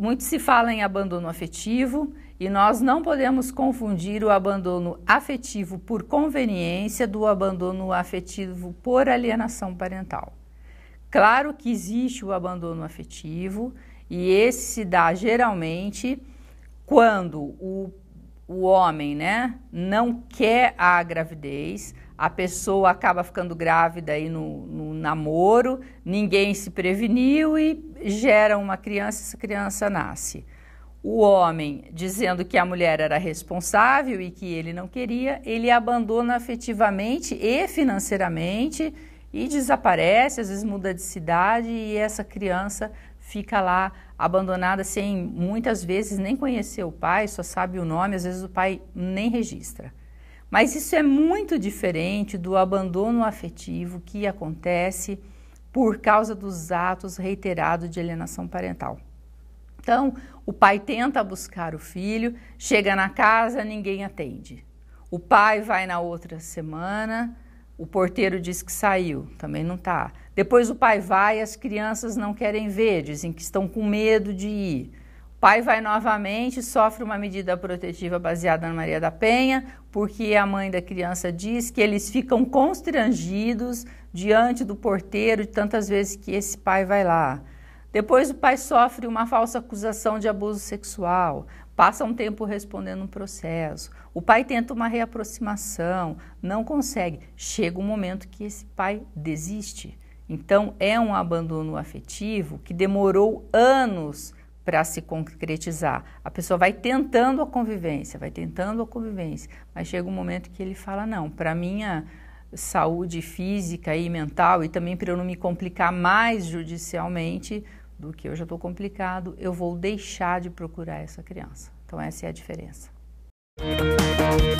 muito se fala em abandono afetivo e nós não podemos confundir o abandono afetivo por conveniência do abandono afetivo por alienação parental. Claro que existe o abandono afetivo e esse se dá geralmente quando o homem, né, não quer a gravidez, a pessoa acaba ficando grávida aí no namoro, ninguém se preveniu e gera uma criança, essa criança nasce. O homem, dizendo que a mulher era responsável e que ele não queria, ele abandona afetivamente e financeiramente e desaparece, às vezes muda de cidade e essa criança fica lá abandonada sem, muitas vezes, nem conhecer o pai, só sabe o nome, às vezes o pai nem registra. Mas isso é muito diferente do abandono afetivo que acontece por causa dos atos reiterados de alienação parental. Então, o pai tenta buscar o filho, chega na casa, ninguém atende. O pai vai na outra semana, o porteiro diz que saiu, também não está. Depois o pai vai, as crianças não querem ver, dizem que estão com medo de ir. O pai vai novamente, sofre uma medida protetiva baseada na Maria da Penha, porque a mãe da criança diz que eles ficam constrangidos diante do porteiro de tantas vezes que esse pai vai lá. Depois o pai sofre uma falsa acusação de abuso sexual, passa um tempo respondendo um processo. O pai tenta uma reaproximação, não consegue. Chega um momento que esse pai desiste. Então é um abandono afetivo que demorou anos para se concretizar. A pessoa vai tentando a convivência, mas chega um momento que ele fala, não, para minha saúde física e mental e também para eu não me complicar mais judicialmente do que eu já estou complicado, eu vou deixar de procurar essa criança. Então essa é a diferença.